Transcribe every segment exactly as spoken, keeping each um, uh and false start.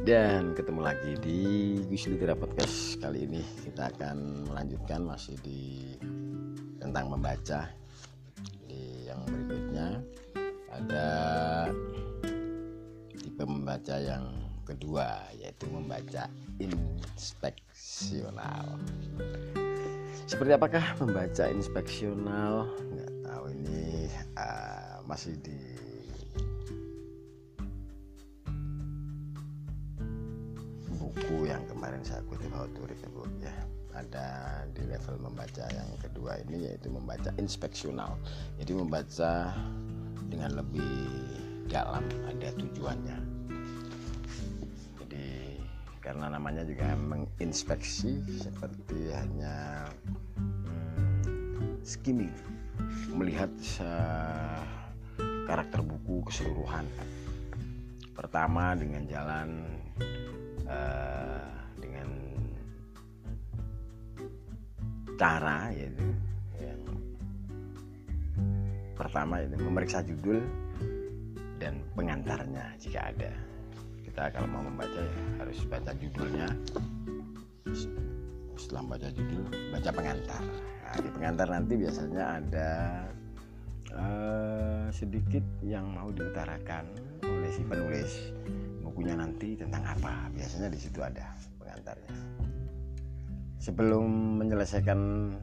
Dan ketemu lagi di Gus Litera Podcast. Kali ini kita akan melanjutkan masih di tentang membaca. Di yang berikutnya ada tipe membaca yang kedua, yaitu membaca inspeksional. Seperti apakah membaca inspeksional? Nggak tahu, ini uh, masih di buku yang kemarin saya kutip How to Read a Book ya. Ada di level membaca yang kedua ini, yaitu membaca inspeksional. Jadi membaca dengan lebih dalam, ada tujuannya. Jadi karena namanya juga menginspeksi, seperti hanya hmm, skimming, melihat uh, karakter buku keseluruhan. Pertama dengan jalan uh, dengan cara, yaitu yang pertama itu memeriksa judul dan pengantarnya jika ada. Kita kalau mau membaca ya harus baca judulnya. Setelah baca judul, baca pengantar. Nah, di pengantar nanti biasanya ada uh, sedikit yang mau diutarakan oleh si penulis bukunya nanti tentang apa. Biasanya di situ ada pengantarnya. Sebelum menyelesaikan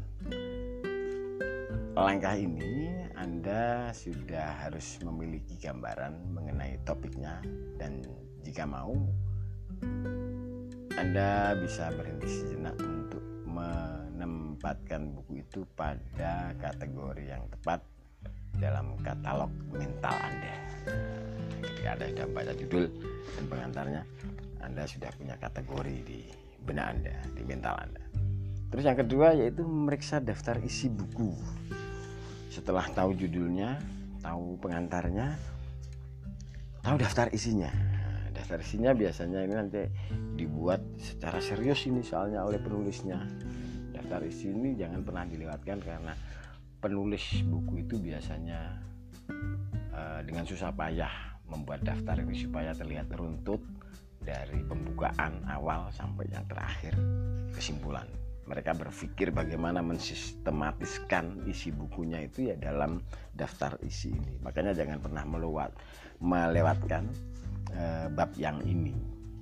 langkah ini, Anda sudah harus memiliki gambaran mengenai topiknya, dan jika mau, Anda bisa berhenti sejenak untuk menempatkan buku itu pada kategori yang tepat dalam katalog mental Anda. Nah, ketika Anda sudah baca judul dan pengantarnya, Anda sudah punya kategori di benak Anda, di mental Anda. Terus yang kedua yaitu memeriksa daftar isi buku. Setelah tahu judulnya, tahu pengantarnya, tahu daftar isinya. Nah, daftar isinya biasanya ini nanti dibuat secara serius ini soalnya oleh penulisnya. Daftar isi ini jangan pernah dilewatkan, karena penulis buku itu biasanya uh, dengan susah payah membuat daftar ini supaya terlihat runtut dari pembukaan awal sampai yang terakhir kesimpulan. Mereka berpikir bagaimana mensistematiskan isi bukunya itu ya dalam daftar isi ini. Makanya jangan pernah melewat, melewatkan uh, bab yang ini.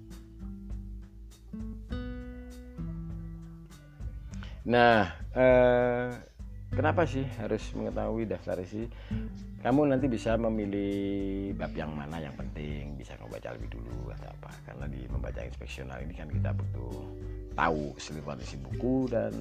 Nah, uh, kenapa sih harus mengetahui daftar isi? Kamu nanti bisa memilih bab yang mana yang penting, bisa membaca lebih dulu atau apa. Karena di membaca inspeksional ini kan kita butuh tahu keseluruhan isi buku, dan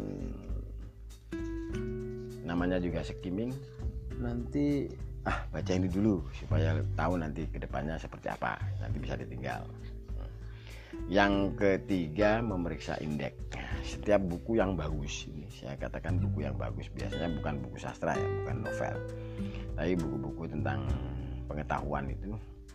namanya juga skimming. Nanti ah baca ini dulu supaya tahu nanti kedepannya seperti apa. Nanti bisa ditinggal. Yang ketiga, memeriksa indeks. Setiap buku yang bagus, ini saya katakan buku yang bagus, biasanya bukan buku sastra ya, bukan novel, tapi buku-buku tentang pengetahuan itu,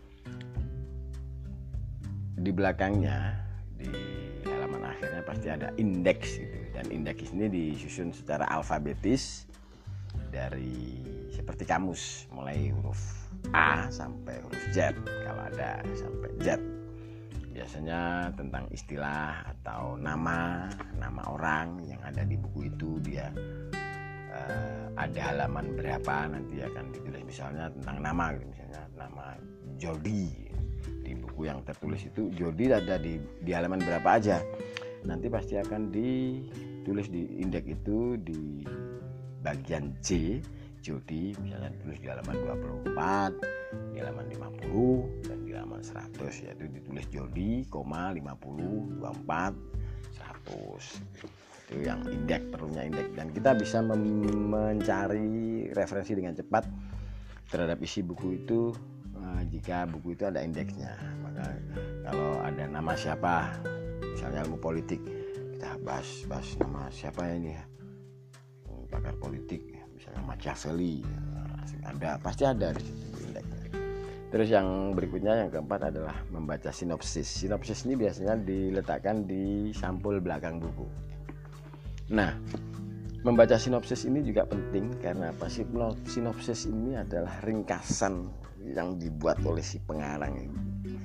di belakangnya di halaman akhirnya pasti ada indeks gitu. Dan indeks ini disusun secara alfabetis dari seperti kamus, mulai huruf A sampai huruf Z, kalau ada sampai Z. Biasanya tentang istilah atau nama nama orang yang ada di buku itu, dia uh, ada halaman berapa, nanti akan ditulis misalnya tentang nama gitu, misalnya nama Jordi. Di buku yang tertulis itu Jordi ada di, di halaman berapa aja, nanti pasti akan ditulis di indeks itu di bagian C, Jordi misalnya ditulis di halaman dua puluh empat, di halaman lima puluh, dan di halaman seratus, yaitu ditulis Jordi, lima puluh, dua puluh empat, seratus. Itu yang indeks, perlunya indeks. Dan kita bisa mem- mencari referensi dengan cepat terhadap isi buku itu uh, jika buku itu ada indeksnya. Maka kalau ada nama siapa, misalnya ilmu politik, kita bahas bahas nama siapa ini ya, pakar politik, misalnya Machiavelli, ada, pasti ada di situ indeksnya. Terus yang berikutnya, yang keempat adalah membaca sinopsis. Sinopsis ini biasanya diletakkan di sampul belakang buku. Nah, membaca sinopsis ini juga penting karena apa? Sinopsis ini adalah ringkasan yang dibuat oleh si pengarang ini.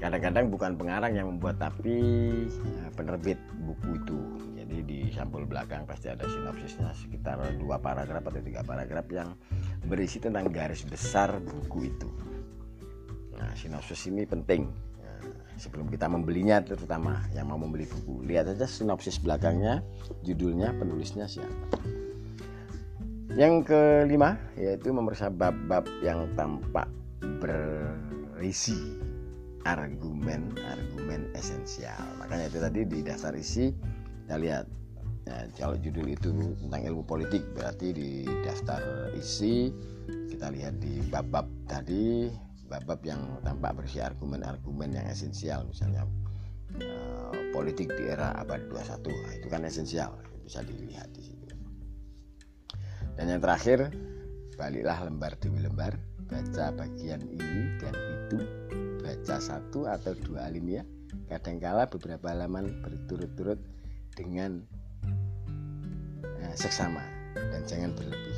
kadang-kadang bukan pengarang yang membuat, tapi penerbit buku itu. Jadi di sampul belakang pasti ada sinopsisnya, sekitar dua paragraf atau tiga paragraf yang berisi tentang garis besar buku itu. Nah, sinopsis ini penting. Nah, sebelum kita membelinya, terutama yang mau membeli buku, lihat saja sinopsis belakangnya, judulnya, penulisnya siapa. Yang kelima yaitu memeriksa bab-bab yang tampak berisi argumen-argumen esensial. Makanya itu tadi di daftar isi kita lihat, ya, kalau judul itu tentang ilmu politik, berarti di daftar isi kita lihat di bab-bab tadi, bab-bab yang tampak berisi argumen-argumen yang esensial. Misalnya uh, politik di era abad dua puluh satu, nah, itu kan esensial, bisa dilihat di situ. Dan yang terakhir, baliklah lembar demi lembar, baca bagian ini dan itu, baca satu atau dua alinea, kadangkala beberapa halaman berturut-turut dengan eh, seksama, dan jangan berlebih.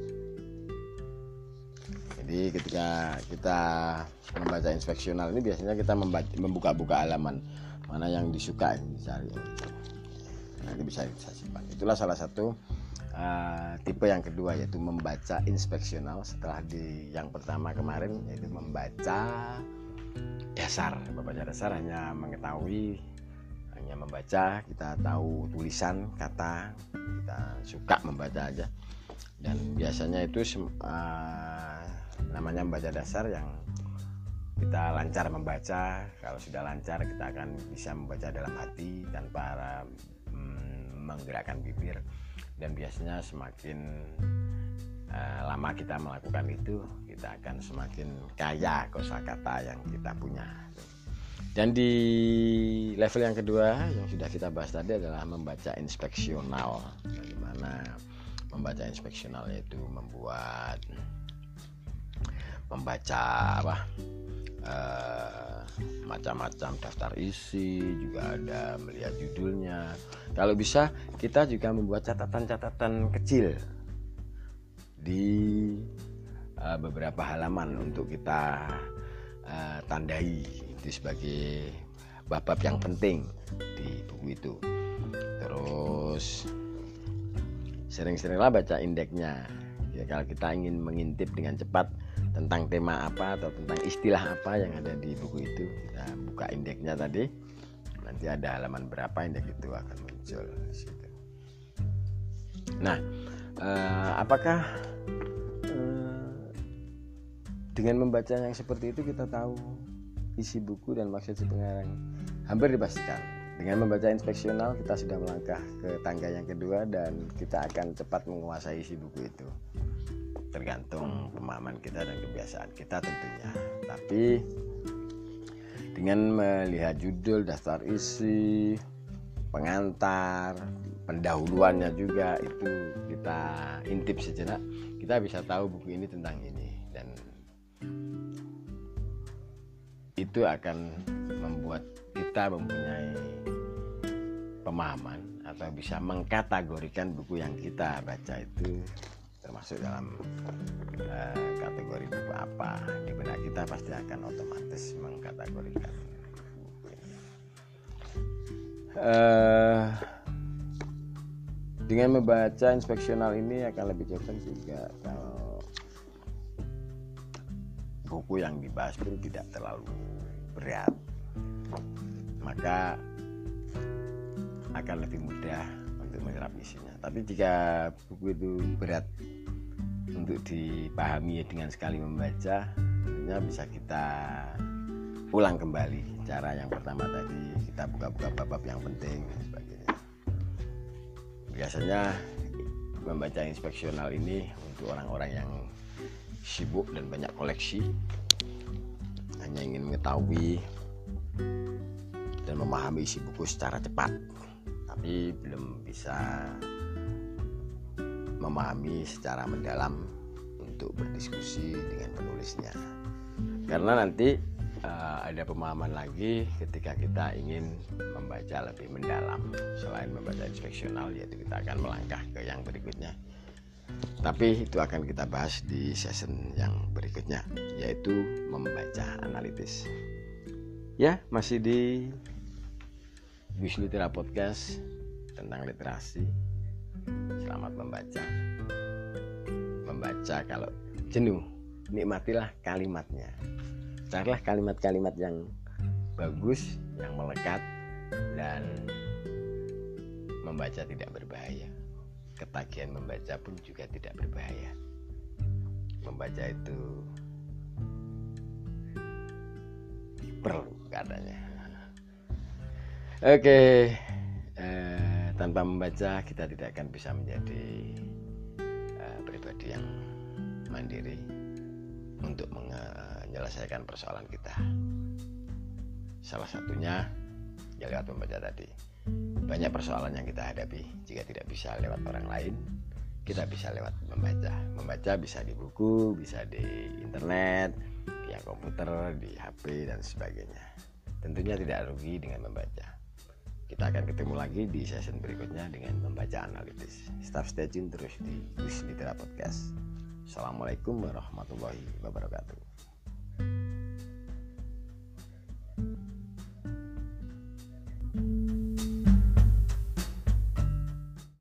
Jadi ketika kita membaca inspeksional ini biasanya kita membaca, membuka-buka halaman mana yang disuka, ini dicari, nah, ini bisa saya simpan. Itulah salah satu Uh, tipe yang kedua, yaitu membaca inspeksional. Setelah di yang pertama kemarin yaitu membaca dasar. Membaca dasar hanya mengetahui, hanya membaca, kita tahu tulisan, kata, kita suka membaca aja. Dan biasanya itu uh, namanya membaca dasar yang kita lancar membaca. Kalau sudah lancar, kita akan bisa membaca dalam hati tanpa mm, menggerakkan bibir. Dan biasanya semakin uh, lama kita melakukan itu, kita akan semakin kaya kosakata yang kita punya. Dan di level yang kedua yang sudah kita bahas tadi adalah membaca inspeksional. Bagaimana membaca inspeksional, yaitu membuat membaca apa uh, macam-macam daftar isi, juga ada melihat judulnya. Kalau bisa kita juga membuat catatan-catatan kecil di uh, beberapa halaman untuk kita uh, tandai itu sebagai bab-bab yang penting di buku itu. Terus sering-seringlah baca indeksnya. Ya, kalau kita ingin mengintip dengan cepat tentang tema apa atau tentang istilah apa yang ada di buku itu, kita buka indeksnya tadi, nanti ada halaman berapa, indeks itu akan muncul di situ. Nah, eh, apakah eh, dengan membaca yang seperti itu kita tahu isi buku dan maksud si pengarang? Hampir dipastikan. Dengan membaca inspeksional kita sudah melangkah ke tangga yang kedua dan kita akan cepat menguasai isi buku itu. Tergantung pemahaman kita dan kebiasaan kita tentunya. Tapi dengan melihat judul, daftar isi, pengantar, pendahuluannya juga, itu kita intip sejenak, kita bisa tahu buku ini tentang ini, dan itu akan membuat kita mempunyai pemahaman atau bisa mengkategorikan buku yang kita baca itu termasuk dalam uh, kategori buku apa. Di benak kita pasti akan otomatis mengkategorikan buku ini. Uh, dengan membaca inspeksional ini akan lebih cocok juga kalau buku yang dibahas pun tidak terlalu berat, maka akan lebih mudah untuk menyerap isinya. Tapi jika buku itu berat untuk dipahami dengan sekali membaca, tentunya bisa kita ulang kembali cara yang pertama tadi, kita buka-buka bab-bab yang penting dan sebagainya. Biasanya membaca inspeksional ini untuk orang-orang yang sibuk dan banyak koleksi, hanya ingin mengetahui dan memahami isi buku secara cepat, tapi belum bisa memahami secara mendalam untuk berdiskusi dengan penulisnya. Karena nanti uh, ada pemahaman lagi ketika kita ingin membaca lebih mendalam. Selain membaca inspeksional, yaitu kita akan melangkah ke yang berikutnya. Tapi itu akan kita bahas di session yang berikutnya, yaitu membaca analitis. Ya, masih di Gus Litera Podcast tentang literasi. Selamat membaca. Membaca kalau jenuh, nikmatilah kalimatnya. Carilah kalimat-kalimat yang bagus, yang melekat, dan membaca tidak berbahaya. Ketagihan membaca pun juga tidak berbahaya. Membaca itu perlu katanya. Oke, eh, tanpa membaca kita tidak akan bisa menjadi eh, pribadi yang mandiri untuk menyelesaikan persoalan kita. Salah satunya ya lewat membaca tadi. Banyak persoalan yang kita hadapi jika tidak bisa lewat orang lain, kita bisa lewat membaca. Membaca bisa di buku, bisa di internet, di komputer, di H P dan sebagainya. Tentunya tidak rugi dengan membaca. Kita akan ketemu lagi di session berikutnya dengan membaca analitis. Stay stay tune terus di Gus Litera Podcast. Assalamualaikum warahmatullahi wabarakatuh.